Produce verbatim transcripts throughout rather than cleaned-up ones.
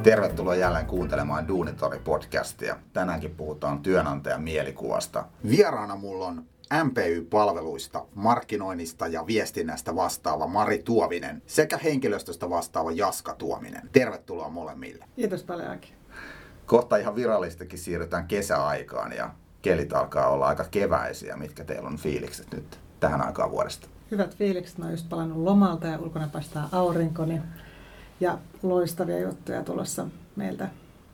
Tervetuloa jälleen kuuntelemaan Duunitori-podcastia. Tänäänkin puhutaan työnantajan mielikuvasta. Vieraana mulla on M P Y-palveluista, markkinoinnista ja viestinnästä vastaava Mari Tuovinen sekä henkilöstöstä vastaava Jaska Tuominen. Tervetuloa molemmille. Kiitos paljon, Aki. Kohta ihan virallistakin siirrytään kesäaikaan ja kelit alkaa olla aika keväisiä. Mitkä teillä on fiilikset nyt tähän aikaan vuodesta? Hyvät fiilikset. Mä oon just palannut lomalta ja ulkona paistaa aurinko. Niin ja loistavia juttuja tulossa meiltä.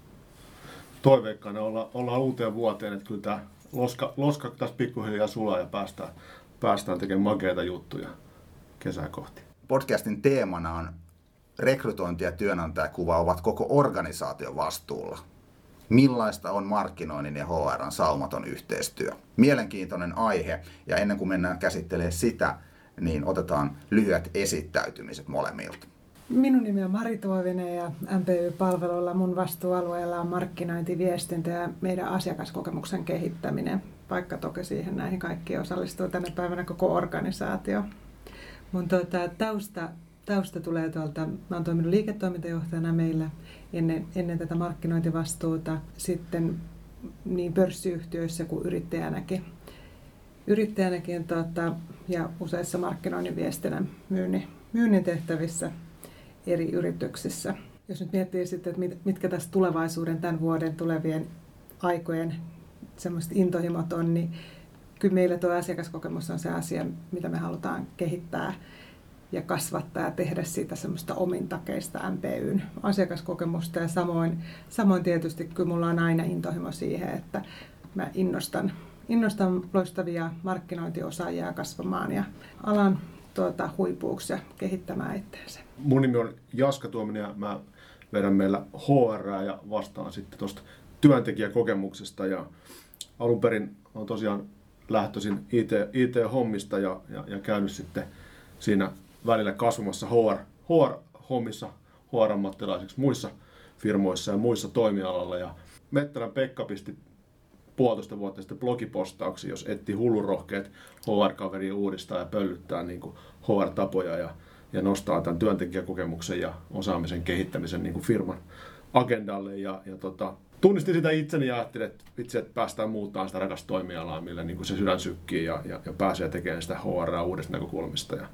Toiveikkaana olla, ollaan uuteen vuoteen, että kyllä tämä loska, loska tässä pikkuhiljaa sulaa ja päästään, päästään tekemään makeita juttuja kesää kohti. Podcastin teemana on rekrytointi ja työnantajakuva ovat koko organisaation vastuulla. Millaista on markkinoinnin ja H R:n saumaton yhteistyö? Mielenkiintoinen aihe, ja ennen kuin mennään käsittelemään sitä, niin otetaan lyhyet esittäytymiset molemmilta. Minun nimi on Mari Tuovinen ja M P Y-palveluilla mun vastuualueella on markkinointi, viestintä ja meidän asiakaskokemuksen kehittäminen. Vaikka toki siihen näihin kaikkiin osallistuu tänä päivänä koko organisaatio. Mun tuota, tausta, tausta tulee tuolta, mä oon toiminut liiketoimintajohtajana meillä ennen, ennen tätä markkinointivastuuta, sitten niin pörssiyhtiöissä kuin yrittäjänäkin. Yrittäjänäkin tuota, ja useissa markkinoinnin viestinnän myynnin, myynnin tehtävissä eri yrityksissä. Jos nyt miettii sitten, että mitkä tässä tulevaisuuden, tämän vuoden tulevien aikojen semmoiset intohimot on, niin kyllä meillä tuo asiakaskokemus on se asia, mitä me halutaan kehittää ja kasvattaa ja tehdä siitä semmoista omintakeista M P Y:n asiakaskokemusta. Ja samoin, samoin tietysti kyllä mulla on aina intohimo siihen, että mä innostan, innostan loistavia markkinointiosaajia kasvamaan ja alan tuota, huipuuksi ja kehittämään itseänsä. Mun nimi on Jaska Tuominen ja mä vedän meillä H R ja vastaan sitten tuosta työntekijäkokemuksesta. Ja alun perin olen tosiaan lähtöisin I T, I T-hommista ja, ja, ja käynyt sitten siinä välillä kasvamassa H R, H R-hommissa H R-ammattilaiseksi muissa firmoissa ja muissa toimialoilla. Ja Mettälän Pekka pisti puolitoista vuotta sitten blogipostauksia, jos etsii hullurohkeat H R-kaveria uudistaa ja pöllyttää niin kuin H R-tapoja ja, ja nostaa tämän työntekijäkokemuksen ja osaamisen kehittämisen niin kuin firman agendalle. Ja, ja tota, tunnistin sitä itseni ja ajattelin, että vitsi, että päästään muuttamaan sitä rakasta toimialaa, millä niin kuin se sydän sykkii ja, ja, ja pääsee tekemään sitä H R uudesta näkökulmista. Ja,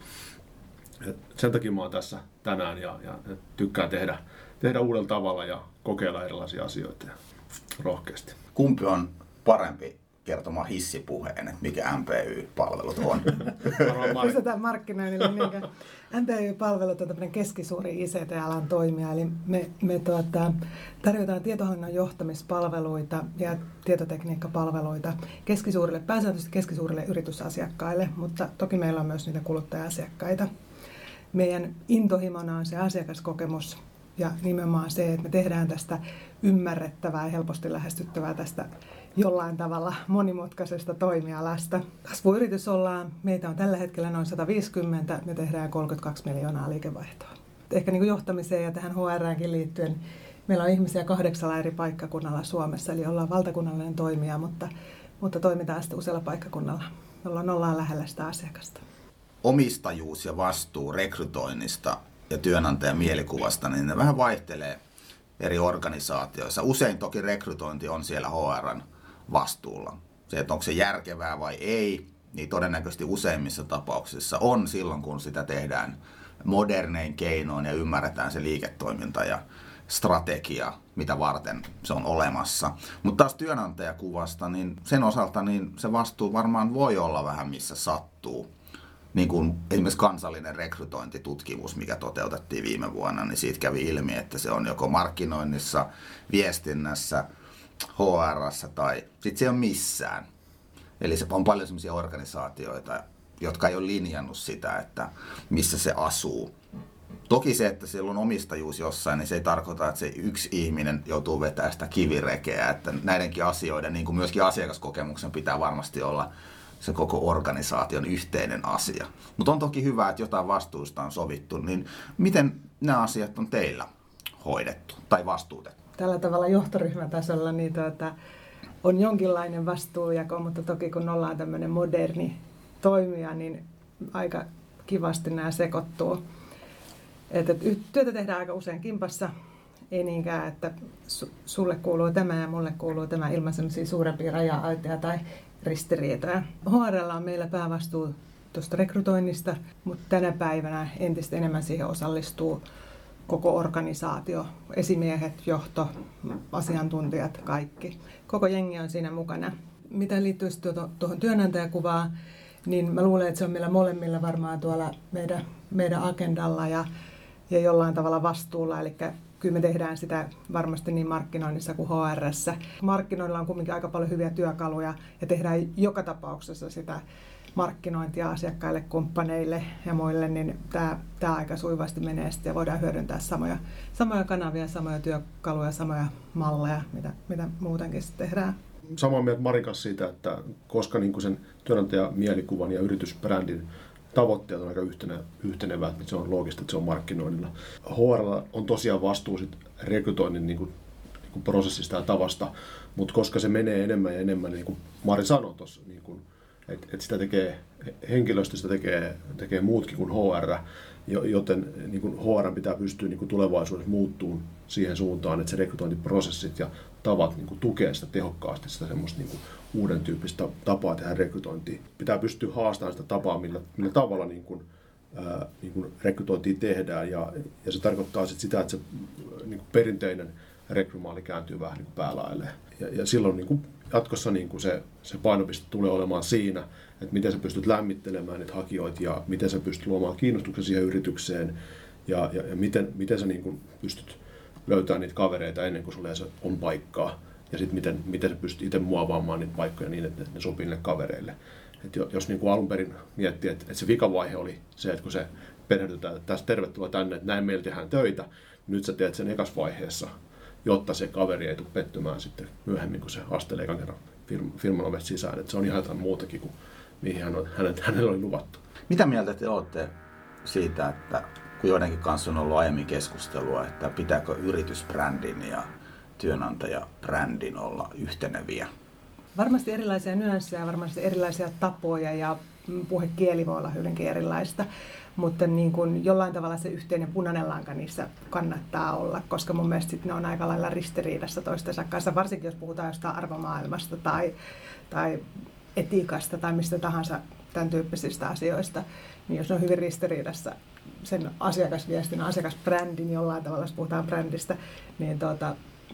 ja sen takia mä oon tässä tänään ja, ja tykkään tehdä, tehdä uudella tavalla ja kokeilla erilaisia asioita ja rohkeasti. Kumpi on parempi kertomaan hissipuheen, että mikä M P Y-palvelut on? Pystytään markkinoinnille. Niin M P Y-palvelut on tämmöinen keskisuuri I C T-alan toimija, eli me, me tuota, tarjotaan tietohallinnon johtamispalveluita ja tietotekniikkapalveluita keskisuurille, pääsääntöisesti keskisuurille yritysasiakkaille, mutta toki meillä on myös niitä kuluttaja-asiakkaita. Meidän intohimona on se asiakaskokemus ja nimenomaan se, että me tehdään tästä ymmärrettävää ja helposti lähestyttävää tästä jollain tavalla monimutkaisesta toimialasta. Kasvuyritys ollaan, meitä on tällä hetkellä noin sata viisikymmentä, me tehdään kolmekymmentäkaksi miljoonaa liikevaihtoa. Ehkä niin kuin johtamiseen ja tähän H R:äänkin liittyen, meillä on ihmisiä kahdeksalla eri paikkakunnalla Suomessa, eli ollaan valtakunnallinen toimija, mutta, mutta toimitaan sitten usealla paikkakunnalla, jolloin ollaan lähellä sitä asiakasta. Omistajuus ja vastuu rekrytoinnista ja työnantajan mielikuvasta, niin ne vähän vaihtelee eri organisaatioissa. Usein toki rekrytointi on siellä H R:n vastuulla. Se, että onko se järkevää vai ei, niin todennäköisesti useimmissa tapauksissa on silloin, kun sitä tehdään modernein keinoin ja ymmärretään se liiketoiminta ja strategia, mitä varten se on olemassa. Mutta taas työnantajakuvasta, niin sen osalta niin se vastuu varmaan voi olla vähän missä sattuu. Niin kuin esimerkiksi kansallinen rekrytointitutkimus, mikä toteutettiin viime vuonna, niin siitä kävi ilmi, että se on joko markkinoinnissa, viestinnässä, H R:ssä tai sitten se ei ole missään. Eli se on paljon sellaisia organisaatioita, jotka ei ole linjannut sitä, että missä se asuu. Toki se, että siellä on omistajuus jossain, niin se ei tarkoita, että se yksi ihminen joutuu vetämään sitä kivirekeä. Että näidenkin asioiden, niin kuin myöskin asiakaskokemuksen, pitää varmasti olla se koko organisaation yhteinen asia. Mutta on toki hyvä, että jotain vastuusta on sovittu, niin miten nämä asiat on teillä hoidettu tai vastuutettu? Tällä tavalla johtoryhmätasolla niin tuota, on jonkinlainen vastuujako, mutta toki kun ollaan tämmöinen moderni toimija, niin aika kivasti nämä sekoittuu. Et, et, työtä tehdään aika usein kimpassa ei niinkään, että su- sulle kuuluu tämä ja mulle kuuluu tämä ilman sellaisia suurempia raja-aitoja tai ristiriitoja. H R:llä on meillä päävastuu tuosta rekrytoinnista, mutta tänä päivänä entistä enemmän siihen osallistuu koko organisaatio, esimiehet, johto, asiantuntijat, kaikki. Koko jengi on siinä mukana. Mitä liittyy tuohon, tuohon työnantajakuvaan, niin mä luulen, että se on meillä molemmilla varmaan tuolla meidän, meidän agendalla ja, ja jollain tavalla vastuulla. Eli kyllä me tehdään sitä varmasti niin markkinoinnissa kuin H R:ssä. Markkinoilla on kuitenkin aika paljon hyviä työkaluja ja tehdään joka tapauksessa sitä markkinointia asiakkaille, kumppaneille ja muille, niin tämä, tämä aika sujuvasti menee sitten ja voidaan hyödyntää samoja, samoja kanavia, samoja työkaluja, samoja malleja, mitä, mitä muutenkin sitten tehdään. Samaa mieltä Marin kanssa siitä, että koska niin kuin sen työnantajamielikuvan ja yritysbrändin tavoitteet on aika yhtene, yhtenevät, niin se on loogista, että se on markkinoinnilla. H R:llä on tosiaan vastuu sit rekrytoinnin niin kuin, niin kuin prosessista ja tavasta, mutta koska se menee enemmän ja enemmän, niin kuin Mari sanoi tuossa, niin kuin, että et sitä tekee henkilöstö, sitä tekee, tekee muutkin kuin H R, joten niin kuin H R pitää pystyä niin kuin tulevaisuudessa muuttumaan siihen suuntaan, että se rekrytointiprosessit ja tavat niin kuin tukee sitä tehokkaasti, sitä semmoista niin kuin uuden tyyppistä tapaa tehdä rekrytointia. Pitää pystyä haastamaan sitä tapaa, millä, millä tavalla niin kuin, ää, niin kuin rekrytointia tehdään, ja, ja se tarkoittaa sit sitä, että se niin kuin perinteinen rekrymaali kääntyy vähän niin kuin päälailleen. Ja, ja silloin niin kuin jatkossa niin kuin se, se painopiste tulee olemaan siinä, että miten sä pystyt lämmittelemään niitä hakijoita ja miten sä pystyt luomaan kiinnostuksen siihen yritykseen ja, ja, ja miten, miten sä niin kuin pystyt löytämään niitä kavereita ennen kuin sulla on paikkaa ja sitten miten, miten sä pystyt itse muovaamaan niitä paikkoja niin, että ne, ne sopii niille kavereille. Et jos niin kuin alun perin miettii, että, että se vikavaihe oli se, että kun se perehdytetään, että tässä tervetuloa tänne, että näin meillä tehdään töitä, niin nyt sä teet sen ekas vaiheessa, jotta se kaveri ei tule pettymään sitten myöhemmin, kun se astelee ekan kerran firman ovet sisään. Että se on ihan jotain muutakin kuin mihin hän on, hänet, hänellä oli luvattu. Mitä mieltä te olette siitä, että kun joidenkin kanssa on ollut aiemmin keskustelua, että pitääkö yritysbrändin ja työnantajabrändin olla yhteneviä? Varmasti erilaisia nyansseja, varmasti erilaisia tapoja ja puhekieli voi olla hyvinkin erilaista, mutta niin kuin jollain tavalla se yhteinen punainen lanka niissä kannattaa olla, koska mun mielestä sit ne on aika lailla ristiriidassa toistensa kanssa, varsinkin jos puhutaan jostain arvomaailmasta tai, tai etiikasta tai mistä tahansa tämän tyyppisistä asioista, niin jos ne on hyvin ristiriidassa sen asiakasviestin, asiakasbrändin jollain tavalla, jos puhutaan brändistä, niin tuota,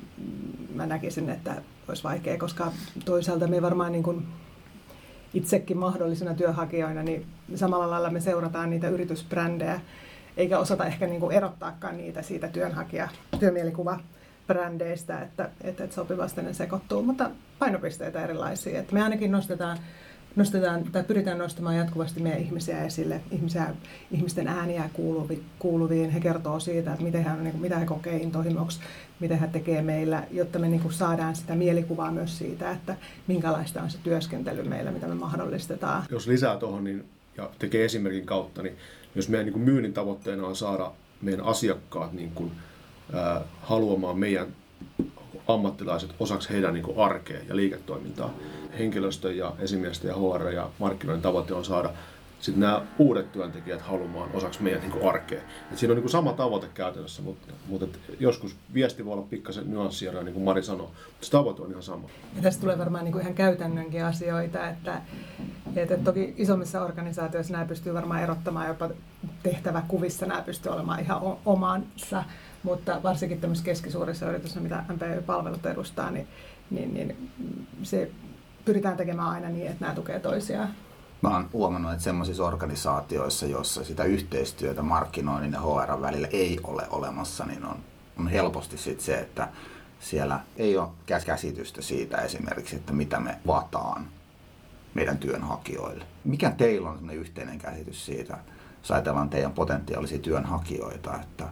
mä näkisin, että olisi vaikea, koska toisaalta me varmaan niin kuin itsekin mahdollisena työnhakijoina, niin samalla lailla me seurataan niitä yritysbrändejä, eikä osata ehkä niin kuin erottaakaan niitä siitä työnhakija, työmielikuvabrändistä, että, että, että sopivasti ne sekoittuu, mutta painopisteitä erilaisia. Että me ainakin nostetaan, nostetaan tai pyritään nostamaan jatkuvasti meidän ihmisiä esille, ihmisiä, ihmisten ääniä kuuluviin, kuuluviin. He kertoo siitä, että miten he, niin kuin, mitä he kokee intohimoksi, miten he tekee meillä, jotta me niin kuin saadaan sitä mielikuvaa myös siitä, että minkälaista on se työskentely meillä, mitä me mahdollistetaan. Jos lisää tuohon niin, ja tekee esimerkin kautta, niin jos meidän niin kuin myynnin tavoitteena on saada meidän asiakkaat niin kuin, äh, haluamaan meidän ammattilaiset osaksi heidän niin kuin arkea ja liiketoimintaa. Henkilöstön ja esimiesten ja H R ja markkinoiden tavoite on saada sitten nämä uudet työntekijät haluamaan osaksi meidän niin kuin arkea. Et siinä on niin kuin sama tavoite käytännössä, mutta, mutta joskus viesti voi olla pikkasen nyanssieroja, niin kuin Mari sanoi, mutta se tavoite on ihan sama. Ja tästä tulee varmaan niin kuin ihan käytännönkin asioita, että, että toki isommissa organisaatioissa nämä pystyy varmaan erottamaan, jopa tehtäväkuvissa nämä pystyy olemaan ihan omansa, mutta varsinkin tämmöisissä keskisuurissa yrityksissä, mitä M P Y-palvelut edustaa, niin, niin, niin se pyritään tekemään aina niin, että nämä tukee toisiaan. Mä oon huomannut, että semmoisissa organisaatioissa, joissa sitä yhteistyötä markkinoinnin ja H R välillä ei ole olemassa, niin on, on helposti sit se, että siellä ei ole käsitystä siitä esimerkiksi, että mitä me vataan meidän työnhakijoille. Mikä teillä on semmoinen yhteinen käsitys siitä, jos ajatellaan teidän potentiaalisia työnhakijoita, että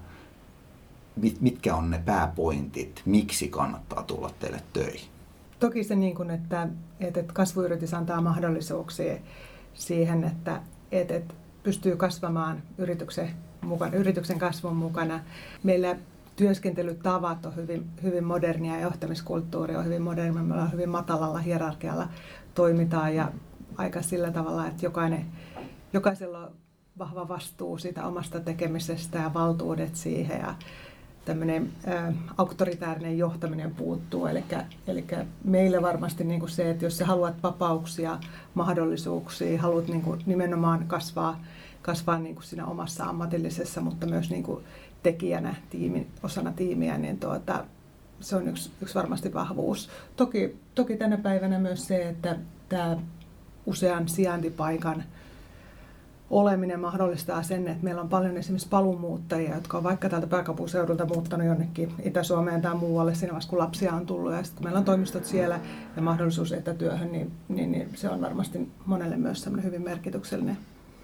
mitkä on ne pääpointit, miksi kannattaa tulla teille töihin? Toki se, niin kuin, että, että kasvuyritys antaa mahdollisuuksia siihen, että, että pystyy kasvamaan yrityksen, mukana, yrityksen kasvun mukana. Meillä työskentelytavat on hyvin, hyvin modernia ja johtamiskulttuuri on hyvin modernia. Me ollaan hyvin matalalla hierarkialla toimitaan ja aika sillä tavalla, että jokainen, jokaisella on vahva vastuu siitä omasta tekemisestä ja valtuudet siihen. Ja, tämmöinen ä, auktoritäärinen johtaminen puuttuu. Eli, eli meille varmasti niin kuin se, että jos sä haluat vapauksia, mahdollisuuksia, haluat niin kuin nimenomaan kasvaa, kasvaa niin kuin siinä omassa ammatillisessa, mutta myös niin kuin tekijänä, tiimin, osana tiimiä, niin tuota, se on yksi, yksi varmasti vahvuus. Toki, toki tänä päivänä myös se, että tämä usean sijaintipaikan oleminen mahdollistaa sen, että meillä on paljon esimerkiksi paluumuuttajia, jotka on vaikka täältä pääkaupunkiseudulta muuttanut jonnekin Itä-Suomeen tai muualle siinä vaiheessa, kun lapsia on tullut. Ja sitten kun meillä on toimistot siellä ja mahdollisuus etätyöhön, niin, niin, niin se on varmasti monelle myös sellainen hyvin merkityksellinen,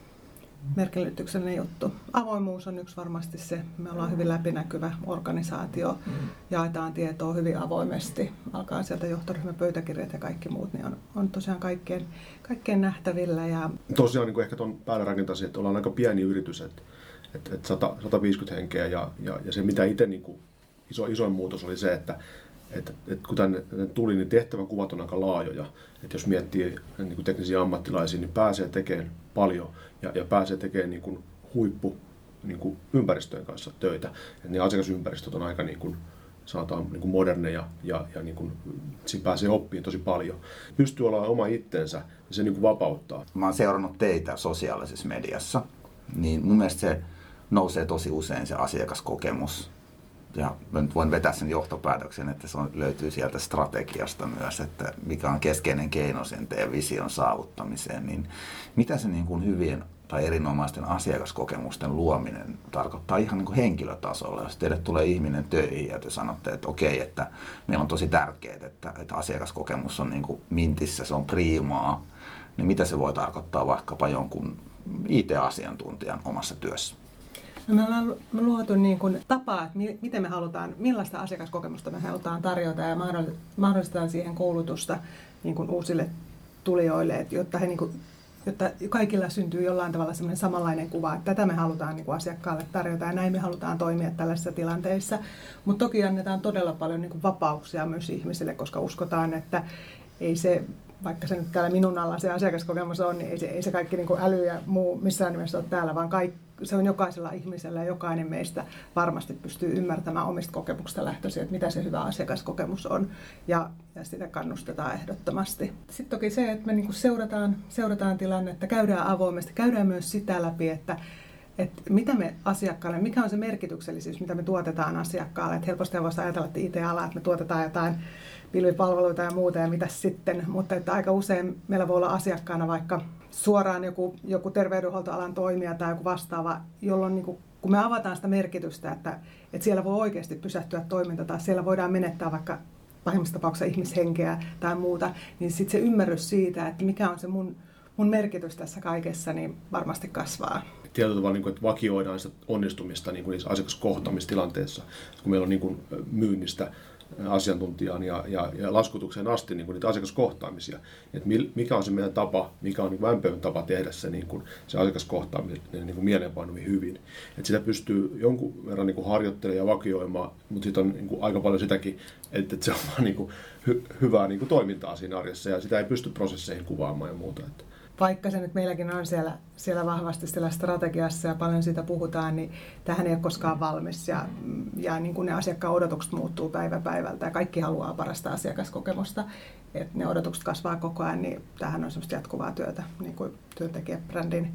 merkityksellinen juttu. Avoimuus on yksi varmasti se. Me ollaan hyvin läpinäkyvä organisaatio, mm. jaetaan tietoa hyvin avoimesti, alkaa sieltä johtoryhmäpöytäkirjat ja kaikki muut, niin on, on tosiaan kaikkein, kaikkein nähtävillä. Ja tosiaan niin kuin ehkä tuon päälle rakentaisin, että ollaan aika pieni yritys, että, että, että sata, sata viisikymmentä henkeä ja, ja, ja se mitä itse niin kuin iso, isoin muutos oli se, että Että, että kun tänne tuli, niin tehtäväkuvat on aika laajoja. Että jos miettii niin kuin teknisiä ammattilaisia, niin pääsee tekemään paljon ja, ja pääsee tekemään niin kuin huippu niin kuin ympäristöjen kanssa töitä. Että ne asiakasympäristöt on aika niin kuin, sanotaan, niin kuin moderneja ja, ja niin kuin, siinä pääsee oppimaan tosi paljon. Pystyy olemaan oma itsensä ja se niin kuin vapauttaa. Mä oon seurannut teitä sosiaalisessa mediassa, niin mun mielestä se nousee tosi usein se asiakaskokemus. Ja mä nyt voin vetää sen johtopäätöksen, että se on, löytyy sieltä strategiasta myös, että mikä on keskeinen keino sen teidän vision saavuttamiseen. Niin mitä se niin kuin hyvien tai erinomaisten asiakaskokemusten luominen tarkoittaa ihan niin kuin henkilötasolla? Jos teille tulee ihminen töihin ja te sanotte, että okei, että meillä on tosi tärkeää, että, että asiakaskokemus on niin kuin mintissä, se on priimaa, niin mitä se voi tarkoittaa vaikkapa jonkun I T-asiantuntijan omassa työssä? No me ollaan luotu niin kuin tapaa, että miten me halutaan, millaista asiakaskokemusta me halutaan tarjota ja mahdollistetaan siihen koulutusta niin kuin uusille tulijoille, että jotta, he niin kuin, jotta kaikilla syntyy jollain tavalla sellainen samanlainen kuva, että tätä me halutaan niin kuin asiakkaalle tarjota ja näin me halutaan toimia tällaisissa tilanteissa. Mutta toki annetaan todella paljon niin kuin vapauksia myös ihmisille, koska uskotaan, että ei se, vaikka se nyt täällä minun alla se asiakaskokemus on, niin ei se, ei se kaikki niin kuin äly ja muu missään nimessä ole täällä, vaan kaikki, se on jokaisella ihmisellä ja jokainen meistä varmasti pystyy ymmärtämään omista kokemuksista lähtöisin, että mitä se hyvä asiakaskokemus on ja, ja sitä kannustetaan ehdottomasti. Sitten toki se, että me niin kuin seurataan, seurataan tilannetta, käydään avoimesti, käydään myös sitä läpi, että että mitä me asiakkaalle, mikä on se merkityksellisyys, mitä me tuotetaan asiakkaalle. Että helposti voisi ajatella, että I T-ala, että me tuotetaan jotain pilvipalveluita ja muuta ja mitä sitten. Mutta että aika usein meillä voi olla asiakkaana vaikka suoraan joku, joku terveydenhuoltoalan toimija tai joku vastaava, jolloin niin kuin, kun me avataan sitä merkitystä, että, että siellä voi oikeasti pysähtyä toiminta tai siellä voidaan menettää vaikka pahimmassa tapauksessa ihmishenkeä tai muuta, niin sitten se ymmärrys siitä, että mikä on se mun mun merkitys tässä kaikessa, niin varmasti kasvaa. Tietyllä tavalla, niin kuin, että vakioidaan sitä onnistumista niin kuin niissä asiakaskohtaamistilanteissa, kun meillä on niin kuin myynnistä asiantuntijaan ja, ja, ja laskutukseen asti niin kuin niitä asiakaskohtaamisia. Että mikä on se meidän tapa, mikä on niin kuin M P Y:n tapa tehdä se, niin kuin, se asiakaskohtaaminen niin kuin mieleenpainuvi hyvin. Että sitä pystyy jonkun verran niin kuin harjoittelemaan ja vakioimaan, mutta sitten on niin kuin aika paljon sitäkin, että, että se on vaan niin kuin hy, hyvää niin kuin toimintaa siinä arjessa ja sitä ei pysty prosesseihin kuvaamaan ja muuta. Että vaikka se nyt meilläkin on siellä, siellä vahvasti siellä strategiassa ja paljon siitä puhutaan, niin tämähän ei ole koskaan valmis ja, ja niin kuin ne asiakkaan odotukset muuttuu päivä päivältä ja kaikki haluaa parasta asiakaskokemusta, että ne odotukset kasvaa koko ajan, niin tämähän on semmoista jatkuvaa työtä, niin kuin työntekijäbrändin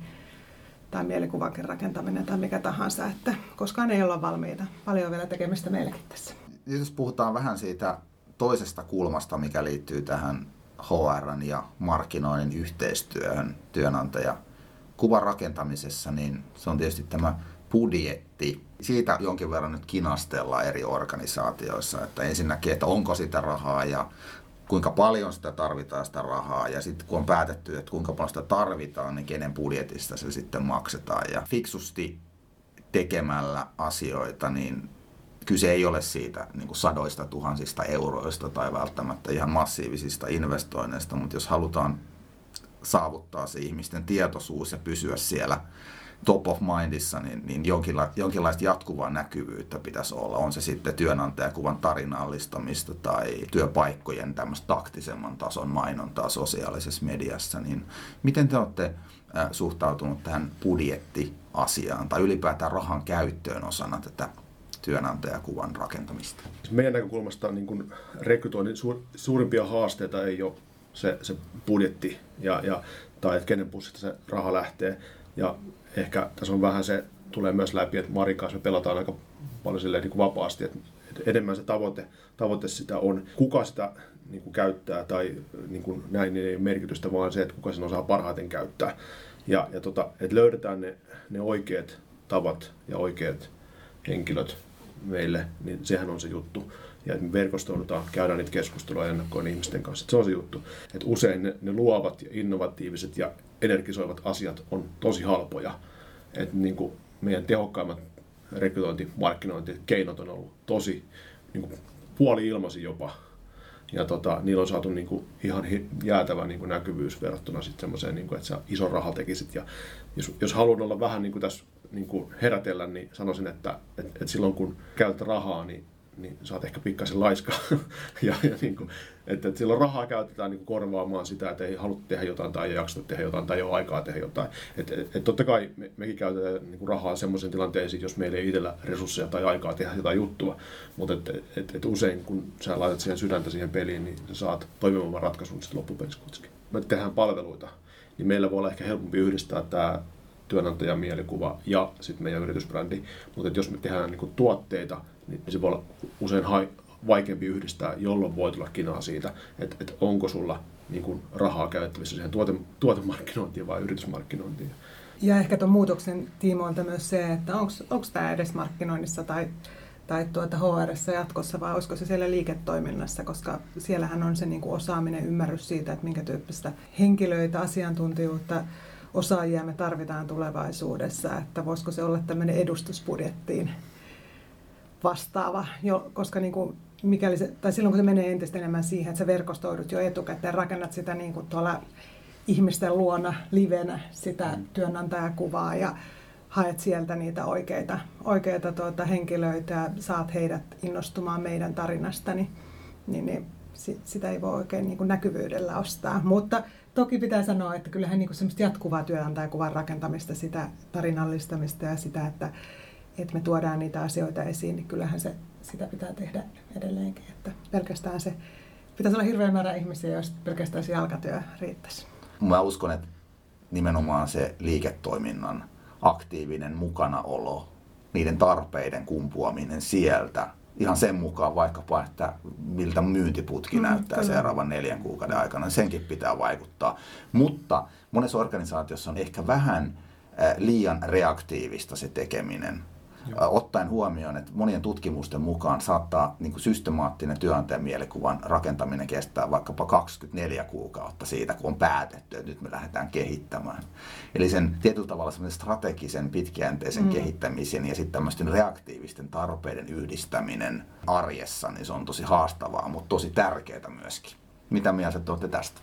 tai mielikuvankin rakentaminen tai mikä tahansa, että koskaan ei olla valmiita. Paljon vielä tekemistä meilläkin tässä. Jos puhutaan vähän siitä toisesta kulmasta, mikä liittyy tähän H R:n ja markkinoinnin yhteistyöhön työnantajakuvan rakentamisessa, niin se on tietysti tämä budjetti. Siitä jonkin verran nyt kinastellaan eri organisaatioissa, että ensinnäkin, että onko sitä rahaa ja kuinka paljon sitä tarvitaan sitä rahaa ja sitten kun on päätetty, että kuinka paljon sitä tarvitaan, niin kenen budjetista se sitten maksetaan. Ja fiksusti tekemällä asioita, niin kyse ei ole siitä niin kuin sadoista tuhansista euroista tai välttämättä ihan massiivisista investoinneista, mutta jos halutaan saavuttaa se ihmisten tietoisuus ja pysyä siellä top of mindissa, niin, niin jonkinla, jonkinlaista jatkuvaa näkyvyyttä pitäisi olla. On se sitten työnantajakuvan tarinallistamista tai työpaikkojen tämmöistä taktisemman tason mainontaa sosiaalisessa mediassa. Niin miten te olette äh, suhtautunut tähän budjettiasiaan tai ylipäätään rahan käyttöön osana tätä työnantajakuvan rakentamista? Meidän näkökulmasta niin kuin rekrytoinnin suur, suurimpia haasteita ei ole se, se budjetti ja, ja, tai että kenen pussista se raha lähtee. Ja ehkä tässä on vähän se, tulee myös läpi, että Marin kanssa me pelataan aika paljon silleen niin kuin vapaasti, että enemmän se tavoite, tavoite sitä on, kuka sitä niin kuin käyttää tai niin kuin näin niin ei merkitystä, vaan se, että kuka sen osaa parhaiten käyttää. Ja, ja tota, että löydetään ne, ne oikeat tavat ja oikeat henkilöt meille, niin sehän on se juttu. Ja että me verkostoidutaan, käydään niitä keskusteluja ennakkoon ihmisten kanssa. Että se on se juttu. Että usein ne, ne luovat ja innovatiiviset ja energisoivat asiat on tosi halpoja. Että niin kuin meidän tehokkaimmat rekrytointi, markkinointi, keinot on ollut tosi niin kuin puoli-ilmaisia jopa. Ja tota, niillä on saatu niin kuin ihan jäätävä niin kuin näkyvyys verrattuna sitten semmoiseen, niin kuin, että sä ison rahaa tekisit. Ja jos, jos haluan olla vähän niin kuin tässä niin kuin herätellä, niin sanoisin, että, että, että silloin kun käytät rahaa, niin, niin saat ehkä pikkasen laiskaa. ja, ja niin kuin, että, että silloin rahaa käytetään niin kuin korvaamaan sitä, että ei halua tehdä jotain tai ei jakseta tehdä jotain tai ei ole aikaa tehdä jotain. Että et, et totta kai me, mekin käytetään niin kuin rahaa semmoisen tilanteisiin, jos meillä ei itsellä resursseja tai aikaa tehdä jotain juttua. Mutta et, et, et usein kun sä laitat siihen sydäntä siihen peliin, niin sä saat toimivamman ratkaisun sitten loppupelissä kuitenkin. Me tehdään palveluita, niin meillä voi olla ehkä helpompi yhdistää tämä työnantajan mielikuva ja sitten meidän yritysbrändi. Mutta jos me tehdään niin kuin tuotteita, niin se voi olla usein hai, vaikeampi yhdistää, jolloin voi tulla kinaa siitä, että, että onko sulla niin kuin rahaa käytettävissä siihen tuote, tuotemarkkinointiin vai yritysmarkkinointiin. Ja ehkä tuon muutoksen tiimoilta myös se, että onko tämä edes markkinoinnissa tai, tai tuota H R:ssä jatkossa vai olisiko se siellä liiketoiminnassa, koska siellähän on se niin kuin osaaminen, ymmärrys siitä, että minkä tyyppistä henkilöitä, asiantuntijuutta, osaajia me tarvitaan tulevaisuudessa, että voisiko se olla tämmöinen edustusbudjettiin vastaava, jo, koska niin kuin mikäli se, tai silloin kun se menee entistä enemmän siihen, että sä verkostoidut jo etukäteen, rakennat sitä niin kuin tuolla ihmisten luona livenä sitä työnantajakuvaa ja haet sieltä niitä oikeita, oikeita tuota henkilöitä ja saat heidät innostumaan meidän tarinasta, niin, niin, niin sitä ei voi oikein niin kuin näkyvyydellä ostaa. Mutta toki pitää sanoa, että kyllähän niin kuin semmoista jatkuvaa työnantajakuvan rakentamista, sitä tarinallistamista ja sitä, että, että me tuodaan niitä asioita esiin, niin kyllähän se, sitä pitää tehdä edelleenkin. Että pelkästään se, pitäisi olla hirveä määrä ihmisiä, jos pelkästään se jalkatyö riittäisi. Mä uskon, että nimenomaan se liiketoiminnan aktiivinen mukanaolo, niiden tarpeiden kumpuaminen sieltä, ihan sen mukaan vaikkapa, että miltä myyntiputki mm, näyttää kyllä. seuraavan neljän kuukauden aikana, senkin pitää vaikuttaa. Mutta monessa organisaatiossa on ehkä vähän liian reaktiivista se tekeminen. Joo. Ottaen huomioon, että monien tutkimusten mukaan saattaa niin kuin systemaattinen työnantajan mielikuvan rakentaminen kestää vaikkapa kaksikymmentäneljä kuukautta siitä, kun on päätetty, että nyt me lähdetään kehittämään. Eli sen tietyllä tavalla semmoisen strategisen, pitkäjänteisen mm. kehittämisen ja sitten tämmöisten reaktiivisten tarpeiden yhdistäminen arjessa, niin se on tosi haastavaa, mutta tosi tärkeää myöskin. Mitä mieltä te olette tästä?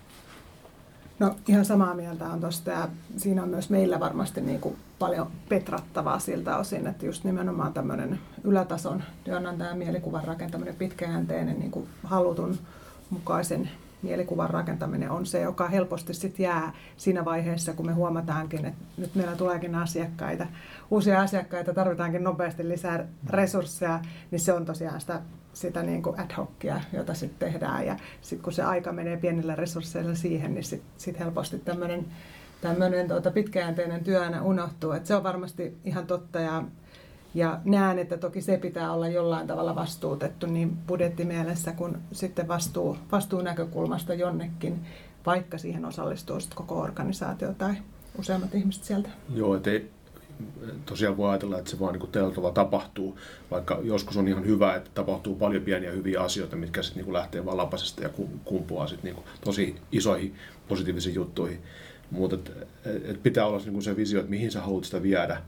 No ihan samaa mieltä on tuosta ja siinä on myös meillä varmasti niin kuin paljon petrattavaa siltä osin, että just nimenomaan tämmöinen ylätason työnantajan mielikuvan rakentaminen, pitkäjänteinen niin kuin halutun mukaisen mielikuvan rakentaminen on se, joka helposti sitten jää siinä vaiheessa, kun me huomataankin, että nyt meillä tuleekin asiakkaita, uusia asiakkaita, tarvitaankin nopeasti lisää resursseja, niin se on tosiaan sitä, sitä niin kuin ad hocia, jota sitten tehdään. Ja sitten kun se aika menee pienillä resursseilla siihen, niin sitten sit helposti tämmöinen tämmöinen tuota, pitkäjänteinen työ aina unohtuu. Et se on varmasti ihan totta ja, ja näen, että toki se pitää olla jollain tavalla vastuutettu niin budjettimielessä kuin sitten vastuu, vastuunäkökulmasta jonnekin, vaikka siihen osallistuu sitten koko organisaatio tai useammat ihmiset sieltä. Joo, ettei tosiaan voi ajatella, että se vaan niin tällä tavalla tapahtuu, vaikka joskus on ihan hyvä, että tapahtuu paljon pieniä hyviä asioita, mitkä sitten niin lähtee vaan lapasesta ja kumpuaa sitten niin tosi isoihin positiivisiin juttuihin. Mutta et, et pitää olla niinku se visio, että mihin sä haluat sitä viedä,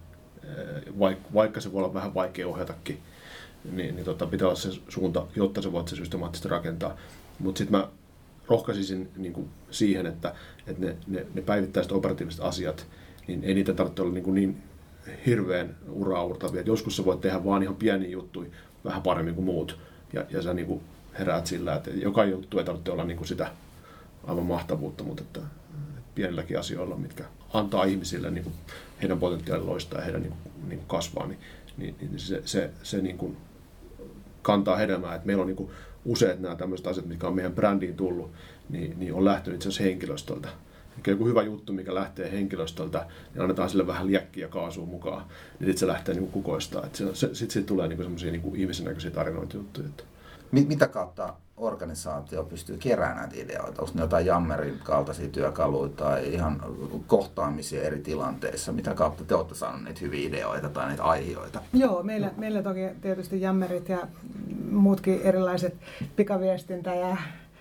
vaikka se voi olla vähän vaikea ohjatakin, niin, niin tota, pitää olla se suunta, jotta sä voit se systemaattisesti rakentaa. Mutta sitten mä rohkaisisin niinku siihen, että et ne, ne, ne päivittäiset operatiiviset asiat, niin ei niitä tarvitse olla niinku niin hirveän uraurtavia. Joskus sä voit tehdä vaan ihan pieniä juttuja vähän paremmin kuin muut, ja, ja sä niinku heräät sillä, että joka juttu ei tarvitse olla niinku sitä aivan mahtavuutta, mutta että pienilläkin asioilla, mitkä antaa ihmisille niin kuin heidän potentiaalin loistaa ja heidän niin kuin, niin kuin kasvaa, niin, niin, niin se, se, se niin kuin kantaa hedelmää, että meillä on niin kuin useat nämä tämmöiset asiat, mitkä on meidän brändiin tullut, niin, niin on lähtenyt itse asiassa henkilöstöltä. Eli joku hyvä juttu, mikä lähtee henkilöstöltä, niin annetaan sille vähän liekkiä kaasua mukaan, niin sitten se lähtee niin kuin kukoistaa. Sitten sit siitä tulee niin semmoisia niin ihmisen näköisiä tarinoita juttuja. Mitä kautta organisaatio pystyy keräämään näitä ideoita? Onko ne jotain Jammerin kaltaisia työkaluja tai ihan kohtaamisia eri tilanteissa? Mitä kautta te olette saaneet niitä hyviä ideoita tai niitä aiheita? Joo, meillä, meillä toki tietysti Jammerit ja muutkin erilaiset pikaviestintä ja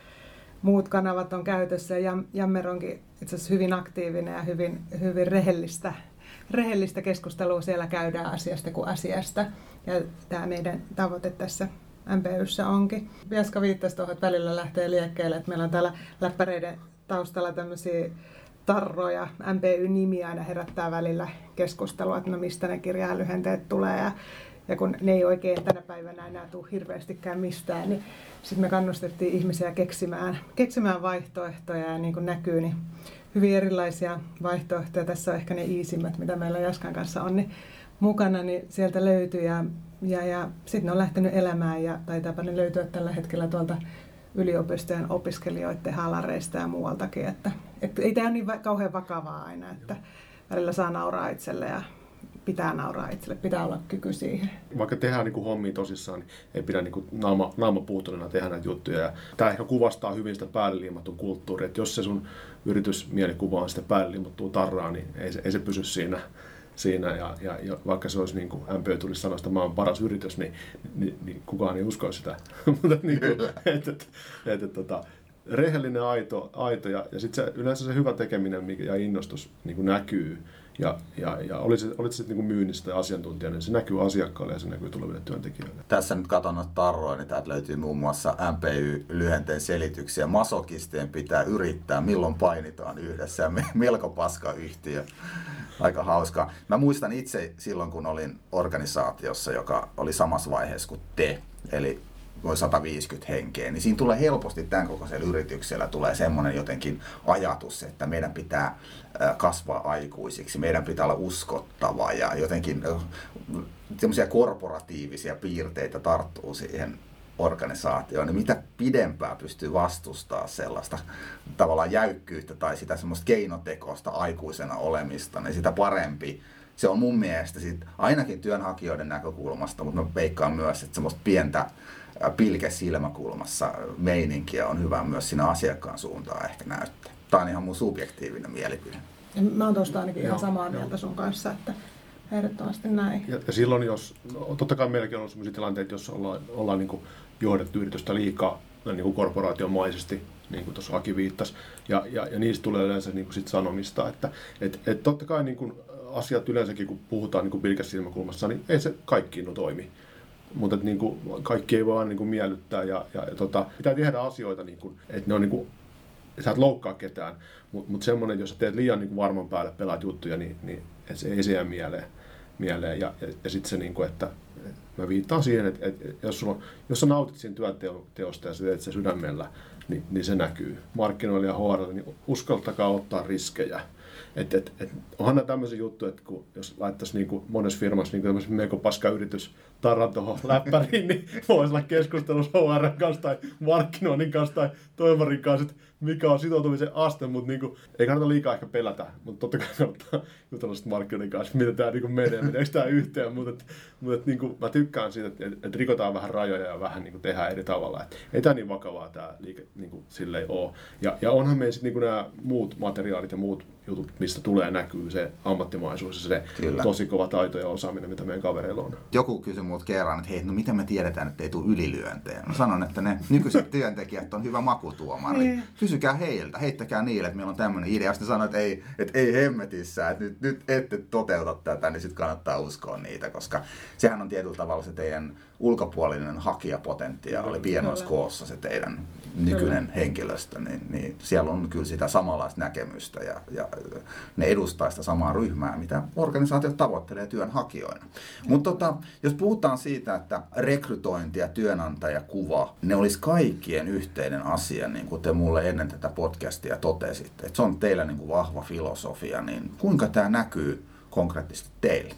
muut kanavat on käytössä. Ja Jammer onkin itse asiassa hyvin aktiivinen ja hyvin, hyvin rehellistä, rehellistä keskustelua siellä käydään asiasta kuin asiasta. Ja tämä meidän tavoite tässä M P Y:ssä onkin. Jaska viittasi tuohon, että välillä lähtee liekkeelle, että meillä on täällä läppäreiden taustalla tämmöisiä tarroja. M P Y-nimi aina herättää välillä keskustelua, että no mistä ne kirjainlyhenteet tulee. Ja, ja kun ne ei oikein tänä päivänä enää tule hirveästikään mistään, niin sitten me kannustettiin ihmisiä keksimään, keksimään vaihtoehtoja ja niin kuin näkyy, niin hyvin erilaisia vaihtoehtoja. Tässä on ehkä ne iisimmät, mitä meillä Jaskan kanssa on, niin mukana, niin sieltä löytyy. Ja, ja, ja sitten ne on lähtenyt elämään ja taitaapa ne löytyä tällä hetkellä tuolta yliopistojen opiskelijoiden halareista ja muualtakin. Että, että ei tämä ole niin va- kauhean vakavaa aina, että välillä saa nauraa itselle ja pitää nauraa itselle, pitää olla kyky siihen. Vaikka tehdään niin kuin hommia tosissaan, niin ei pidä niin kuin naama, naama puuttuneena tehdä näitä juttuja. Ja tämä ehkä kuvastaa hyvin sitä päälle liimattua kulttuuria, että jos se sun yritysmielikuva on sitä päälle liimattua tarraa, niin ei se, ei se pysy siinä. siinä ja, ja, ja vaikka se olisi niin kuin M P Y tulisi sanoa, että mä oon paras yritys, niin, niin, niin kukaan ei usko sitä. Mutta niin kuin, että, että, että, että, rehellinen aito, aito ja, ja sitten se, yleensä se hyvä tekeminen ja innostus niin kuin näkyy. Ja, ja, ja olit se, olit se sitten niin myynnissä tai asiantuntija, niin se näkyy asiakkaalle ja se näkyy tuleville työntekijöille. Tässä nyt katson noita tarroja, niin täältä löytyy muun muassa M P Y-lyhenteen selityksiä. Masokistien pitää yrittää, milloin painitaan yhdessä. Ja melko paska yhtiö. Aika hauskaa. Mä muistan itse silloin, kun olin organisaatiossa, joka oli samassa vaiheessa kuin te, eli noin sata viisikymmentä henkeä, niin siinä tulee helposti tämän kokoisella yrityksellä tulee semmoinen jotenkin ajatus, että meidän pitää kasvaa aikuisiksi, meidän pitää olla uskottava ja jotenkin semmoisia korporatiivisia piirteitä tarttuu siihen organisaatioon, niin mitä pidempään pystyy vastustamaan sellaista tavallaan jäykkyyttä tai sitä semmoista keinotekoista aikuisena olemista, niin sitä parempi. Se on mun mielestä sit ainakin työnhakijoiden näkökulmasta, mutta mä veikkaan myös, että semmoista pientä pilke silmäkulmassa meininkiä on hyvä myös siinä asiakkaan suuntaan ehkä näyttää. Tämä on ihan mun subjektiivinen mielipide. Ja mä oon tuosta ainakin ihan samaa mieltä sun kanssa, että ehdottomasti näin. Ja, ja silloin, jos, no, totta kai meilläkin on sellaisia tilanteita, joissa ollaan, ollaan niin kuin johdettu yritystä liikaa niin kuin korporaatiomaisesti, niin kuin tuossa Aki viittasi, ja, ja, ja niistä tulee yleensä niin kuin sit sanomista, että et, et totta kai niin kuin asiat yleensäkin, kun puhutaan niin kuin pilkässä silmäkulmassa, niin ei se kaikkiin no toimi. Mutta niin kuin, kaikki ei vaan niin kuin miellyttää ja, ja, ja tota, pitää tehdä asioita, niin kuin, että ne on niin kuin, sä et loukkaa ketään, mutta mut semmoinen, jos sä teet liian niin kuin varman päälle, pelaat juttuja, niin, niin et se ei se jää mieleen. mieleen. Ja, ja, ja sitten se, niin kuin, että et mä viittaan siihen, että et, jos, sulla on, jos sä nautit siinä työnteosta ja sä teet se sydämellä, niin, niin se näkyy. Markkinoilla ja H R:llä, niin uskaltakaa ottaa riskejä. Et, et, et, onhan nämä tämmöisiä juttuja, että kun, jos laittaisi niin kuin monessa firmassa niin tämmöisen mekopaska-yritys tarran tuohon läppäriin, niin voisi olla keskustelussa H R:n kanssa tai markkinoinnin kanssa tai toimarin kanssa, että mikä on sitoutumisen aste, mutta niin kuin, ei kannata liikaa ehkä pelätä, mutta totta kai kannattaa jutella sitten markkinoinnin kanssa, miten tämä niin kuin menee, meneekö tämä yhteen, mutta, et, mutta et, niin kuin, mä tykkään siitä, että, että rikotaan vähän rajoja ja vähän niin kuin tehdään eri tavalla, että ei tämä niin vakavaa tämä liike niin kuin, silleen ole. Ja, ja onhan meillä sitten niin nämä muut materiaalit ja muut jutut, mistä tulee näkyy se ammattimaisuus ja se Kyllä. tosi kova taito ja osaaminen, mitä meidän kavereilla on. Joku kysyi multa kerran, että hei, no miten me tiedetään, että ei tule ylilyöntejä? Mä sanon, että ne nykyiset työntekijät on hyvä makutuomari. Kysykää heiltä, heittäkää niille, että meillä on tämmöinen idea. Sitten sanoo, että ei, että ei hemmetissä, että nyt, nyt ette toteuta tätä, niin sitten kannattaa uskoa niitä, koska sehän on tietyllä tavalla se teidän ulkopuolinen hakijapotentiaali pienoissa koossa, se teidän nykyinen kyllä. henkilöstö, niin, niin siellä on kyllä sitä samanlaista näkemystä ja, ja ne edustaa sitä samaa ryhmää, mitä organisaatiot tavoittelee työnhakijoina. Mutta tota, jos puhutaan siitä, että rekrytointi ja työnantajakuva, ne olisi kaikkien yhteinen asia, niin kuin te mulle ennen tätä podcastia totesitte, että se on teillä niin kuin vahva filosofia, niin kuinka tämä näkyy konkreettisesti teille?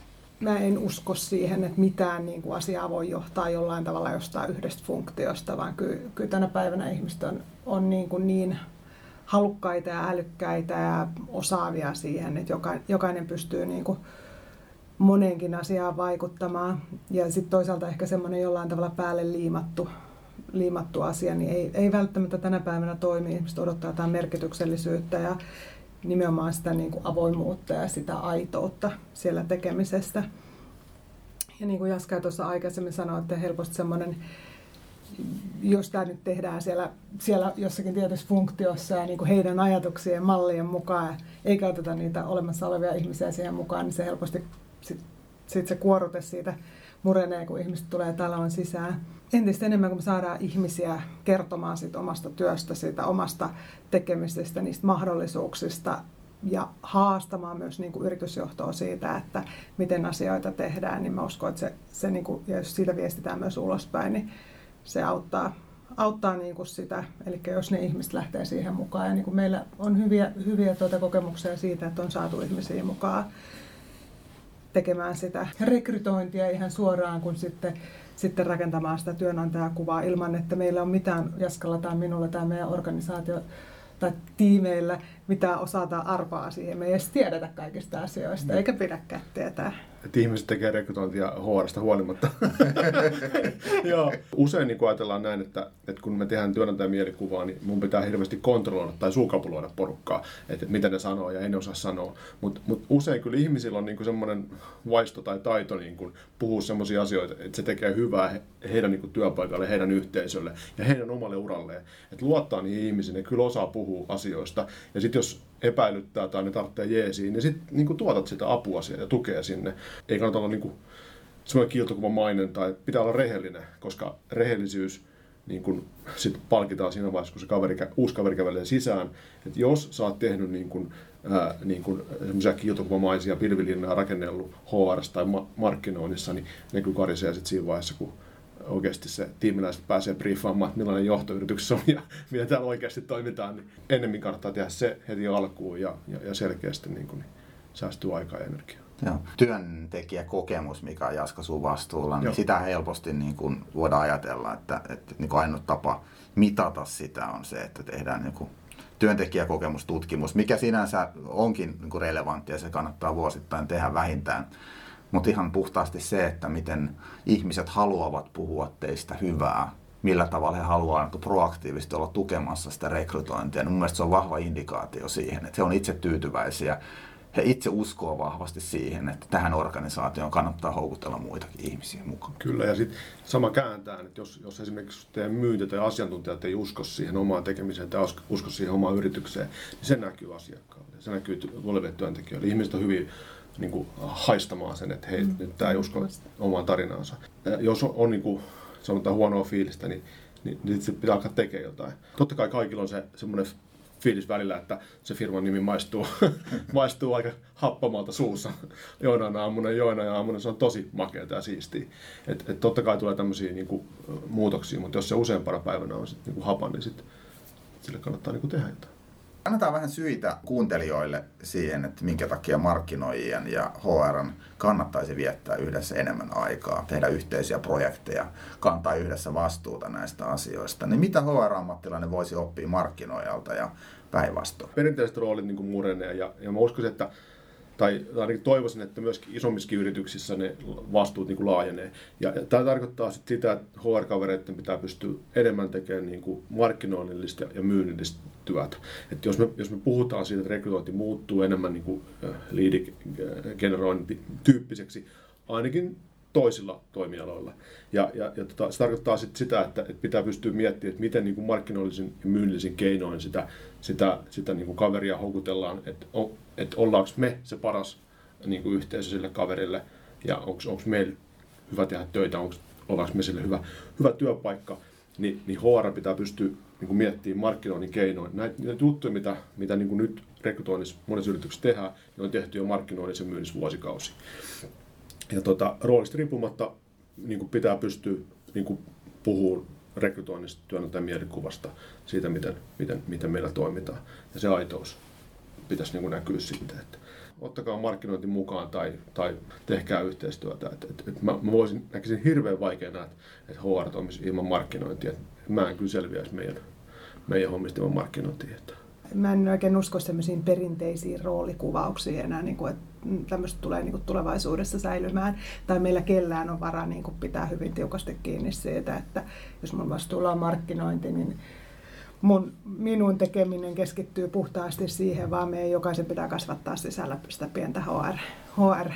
mä en usko siihen, että mitään niin kuin asiaa voi johtaa jollain tavalla jostain yhdestä funktiosta, vaan kyllä, kyllä tänä päivänä ihmiset on, on niin, kuin niin halukkaita ja älykkäitä ja osaavia siihen, että jokainen pystyy niin kuin moneenkin asiaan vaikuttamaan. Ja sitten toisaalta ehkä semmoinen jollain tavalla päälle liimattu, liimattu asia niin ei, ei välttämättä tänä päivänä toimi. Ihmiset odottaa jotain merkityksellisyyttä ja nimenomaan sitä niin kuin avoimuutta ja sitä aitoutta siellä tekemisestä. Ja niin kuin Jaska tuossa aikaisemmin sanoi, että helposti semmoinen, jos tämä nyt tehdään siellä, siellä jossakin tietyssä funktiossa ja niin kuin heidän ajatuksien mallien mukaan, ei käytetä niitä olemassa olevia ihmisiä siihen mukaan, niin se helposti sitten sit se kuorute siitä murenee, kun ihmiset tulee taloon sisään. Entistä enemmän, kun me saadaan ihmisiä kertomaan siitä omasta työstä, siitä omasta tekemisestä, niistä mahdollisuuksista ja haastamaan myös niin kuin yritysjohtoa siitä, että miten asioita tehdään, niin mä uskon, että se, se niin kuin, ja jos siitä viestitään myös ulospäin, niin se auttaa, auttaa niin kuin sitä. Eli jos ne ihmiset lähtee siihen mukaan, ja niin kuin meillä on hyviä, hyviä tuota kokemuksia siitä, että on saatu ihmisiä mukaan tekemään sitä rekrytointia ihan suoraan, kun sitten, sitten rakentamaan sitä työnantajakuvaa ilman, että meillä on mitään Jaskalla tai minulla tai meidän organisaatio tai tiimeillä mitään osata arpaa siihen. Me ei edes tiedetä kaikista asioista, eikä pidäkään tietää. Että ihmiset tekee rekrytointia H R:stä huolimatta. Joo. Usein niin ajatellaan näin, että, että kun me tehdään työnantajan mielikuvaa, niin mun pitää hirveästi kontrolloida tai suukapuloida porukkaa, että mitä ne sanoo ja en osaa sanoa. Mutta mut usein kyllä ihmisillä on niin semmoinen vaisto tai taito niin puhua semmoisia asioita, että se tekee hyvää he, heidän niin työpaikalle, heidän yhteisölle ja heidän omalle uralleen. Että luottaa niihin ihmisiin, ne kyllä osaa puhua asioista. Ja sitten jos epäilyttää tai ne tarvitsee jeesiin, niin sitten niin tuotat sitä apua siellä ja tukea sinne. Ei kannata olla niin semmoinen kiiltokuva-mainen tai pitää olla rehellinen, koska rehellisyys niin kun, sit palkitaan siinä vaiheessa, kun se kaveri, uusi kaveri kävelee sisään. Et jos sä oot tehnyt niin kun, ää, niin kun, semmoisia kiiltokuvamaisia pilvilinjoja rakennellut H R:ssä tai ma- markkinoinnissa, niin ne kyllä karisee sit siinä vaiheessa, kun oikeasti se tiimiläiset pääsee briefaamaan, että millainen johtoyrityksessä on ja miten täällä oikeasti toimitaan. Niin ennemmin kannattaa tehdä se heti alkuun ja, ja, ja selkeästi niin kun, niin säästyy aikaa ja energiaa. Joo. Työntekijäkokemus, mikä on Jaska sun vastuulla, niin Joo. sitä helposti niin kuin voidaan ajatella, että, että niin kuin ainut tapa mitata sitä on se, että tehdään niin kuin työntekijäkokemustutkimus, mikä sinänsä onkin niin kuin relevanttia, se kannattaa vuosittain tehdä vähintään. Mutta ihan puhtaasti se, että miten ihmiset haluavat puhua teistä hyvää, millä tavalla he haluavat proaktiivisesti olla tukemassa sitä rekrytointia. Mun mielestä se on vahva indikaatio siihen, että he on itse tyytyväisiä. He itse uskoo vahvasti siihen, että tähän organisaatioon kannattaa houkutella muitakin ihmisiä mukaan. Kyllä, ja sitten sama kääntää, että jos, jos esimerkiksi teidän myynti tai asiantuntijat ei usko siihen omaan tekemiseen tai usko siihen omaan yritykseen, niin se näkyy asiakkaalle, se näkyy oleville työntekijöille. Ihmiset on hyvin niin kuin, haistamaan sen, että hei, mm. nyt tämä ei usko omaan tarinaansa. Ja jos on, on niin kuin, sanotaan huonoa fiilistä, niin, niin, niin sitten pitää alkaa tekemään jotain. Totta kai kaikilla on se semmoinen fiilis välillä, että se firman nimi maistuu, maistuu aika happamalta suussa. Joinain aamuna, joinain aamuna, se on tosi makeata ja siistiä. Et, et totta kai tulee tämmöisiä niinku, muutoksia, mutta jos se useampana päivänä on sit, niinku, hapan, niin sit, sille kannattaa niinku, tehdä jotain. Annetaan vähän syitä kuuntelijoille siihen, että minkä takia markkinoijien ja H R:n kannattaisi viettää yhdessä enemmän aikaa, tehdä yhteisiä projekteja, kantaa yhdessä vastuuta näistä asioista. Niin mitä H R-ammattilainen voisi oppia markkinoijalta ja päinvastoin? Perinteiset roolit niin kuin murenee ja, ja mä uskoisin, että tai ainakin toivoisin, että myöskin isommissakin yrityksissä ne vastuut niin kuin laajenee. Ja, ja tämä tarkoittaa sit sitä, että H R-kavereiden pitää pystyä enemmän tekemään niin kuin markkinoinnillista ja myynnillistä työtä. Et jos, me, jos me puhutaan siitä, että rekrytointi muuttuu enemmän niin kuin lead-generoinnin tyyppiseksi, ainakin toisilla toimialoilla. Ja, ja, ja tota, se tarkoittaa sit sitä, että, että pitää pystyä miettimään, että miten niin kuin markkinoillisin ja myynnillisin keinoin sitä, sitä, sitä niin kuin kaveria houkutellaan, että, on, että ollaanko me se paras niin kuin yhteisö sille kaverille ja onko meillä hyvä tehdä töitä, onko, ollaanko me sille hyvä, hyvä työpaikka, niin, niin H R pitää pystyä niin kuin miettimään markkinoinnin keinoin. Näitä, näitä juttuja, mitä, mitä niin kuin nyt rekrytoinnissa monessa yrityksessä tehdään, niin on tehty jo markkinoinnissa ja myynnissä vuosikausia. Ja tota, roolista riippumatta niin kuin pitää pystyä niin kuin puhumaan rekrytoinnista, työnantajan mielikuvasta, siitä miten, miten, miten meillä toimitaan. Ja se aitous pitäisi niin kuin näkyä siitä, että ottakaa markkinointi mukaan tai, tai tehkää yhteistyötä. Et, et, et mä, mä voisin, näkisin hirveän vaikeana, että et H R toimisi ilman markkinointia. Et mä en kyllä selviäisi meidän, meidän hommista ilman markkinointia. Että. Mä en oikein usko sellaisiin perinteisiin roolikuvauksiin enää, niin kuin, että tämmöistä tulee niin kuin tulevaisuudessa säilymään. Tai meillä kellään on varaa niin kuin pitää hyvin tiukasti kiinni siitä, että jos mun vastuulla on markkinointi, niin mun, minun tekeminen keskittyy puhtaasti siihen, vaan meidän jokaisen pitää kasvattaa sisällä sitä pientä H R, H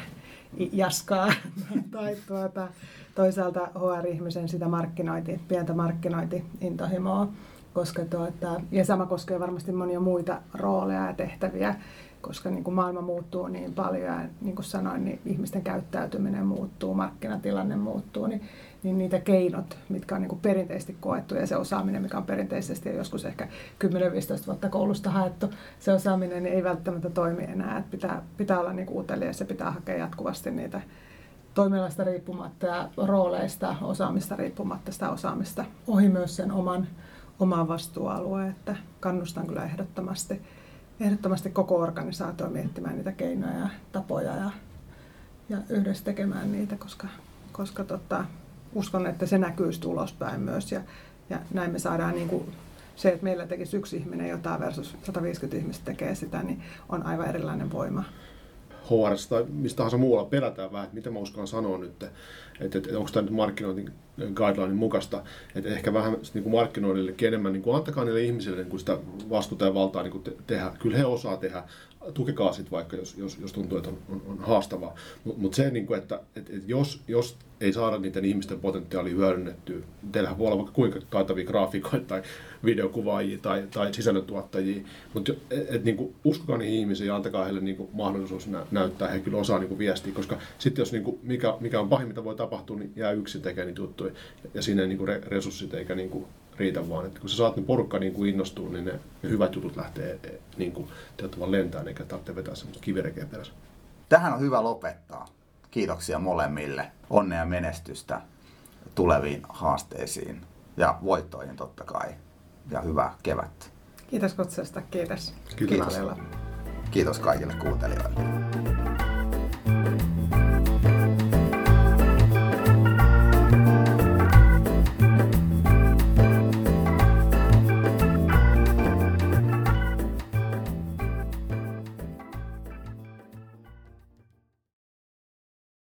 R-jaskaa tai tuota, toisaalta H R-ihmisen sitä markkinointi, pientä markkinointi-intohimoa. Koska tuota, ja sama koskee varmasti monia muita rooleja ja tehtäviä, koska niin kuin maailma muuttuu niin paljon ja niin kuin sanoin, niin ihmisten käyttäytyminen muuttuu, markkinatilanne muuttuu, niin, niin niitä keinot, mitkä on niin kuin perinteisesti koettu ja se osaaminen, mikä on perinteisesti ja joskus ehkä kymmenen viisitoista vuotta koulusta haettu, se osaaminen niin ei välttämättä toimi enää. Että pitää, pitää olla niin kuin utelias ja pitää hakea jatkuvasti niitä toimialasta riippumatta ja rooleista, osaamista riippumatta sitä osaamista ohi myös sen oman omaan vastuualueen, että kannustan kyllä ehdottomasti, ehdottomasti koko organisaatio miettimään niitä keinoja ja tapoja ja, ja yhdessä tekemään niitä, koska, koska tota, uskon, että se näkyy ulospäin myös ja, ja näin me saadaan niin kuin se, että meillä tekisi yksi ihminen jotain versus sata viisikymmentä ihmistä tekee sitä, niin on aivan erilainen voima. H R tai mistä tahansa muualla pelätään vähän, että mitä mä uskallan sanoa nyt, että, että, että onko tämä nyt markkinointin guidelinein mukaista, että ehkä vähän niin kuin markkinoinnillekin enemmän, niin kuin antakaa niille ihmisille niin kuin sitä vastuuta ja valtaa niin kuin te, tehdä, kyllä he osaa tehdä, tukekaa sitten vaikka, jos, jos, jos tuntuu, että on, on, on haastavaa, mutta mut se, niin kuin, että, että, että jos, jos ei saada niiden ihmisten potentiaalia hyödynnettyä, teillähän voi olla vaikka kuinka taitavia graafikoita tai videokuvaajia tai, tai sisällöntuottajia, mutta et, et, niin kuin, uskokaa niihin ihmisiin ja antakaa heille niin kuin, mahdollisuus nä, näyttää, he kyllä osaa niin kuin, viestiä, koska sitten jos niin kuin, mikä, mikä on pahin, mitä voi tapahtua, niin jää yksin tekemään niitä juttuja ja siinä ei niin kuin, resurssit eikä niin kuin, riitä vaan, että kun sä saat ne porukka niin kuin innostua, niin ne, ne hyvät jutut lähtee niin kuin, tietyllä lentään eikä tarvitse vetää semmoista kivirekeä perässä. Tähän on hyvä lopettaa. Kiitoksia molemmille. Onnea ja menestystä tuleviin haasteisiin ja voittoihin totta kai. Ja hyvää kevättä. Kiitos kutsusta. Kiitos. Kiitos. Kiitos, Kiitos kaikille kuuntelijoille.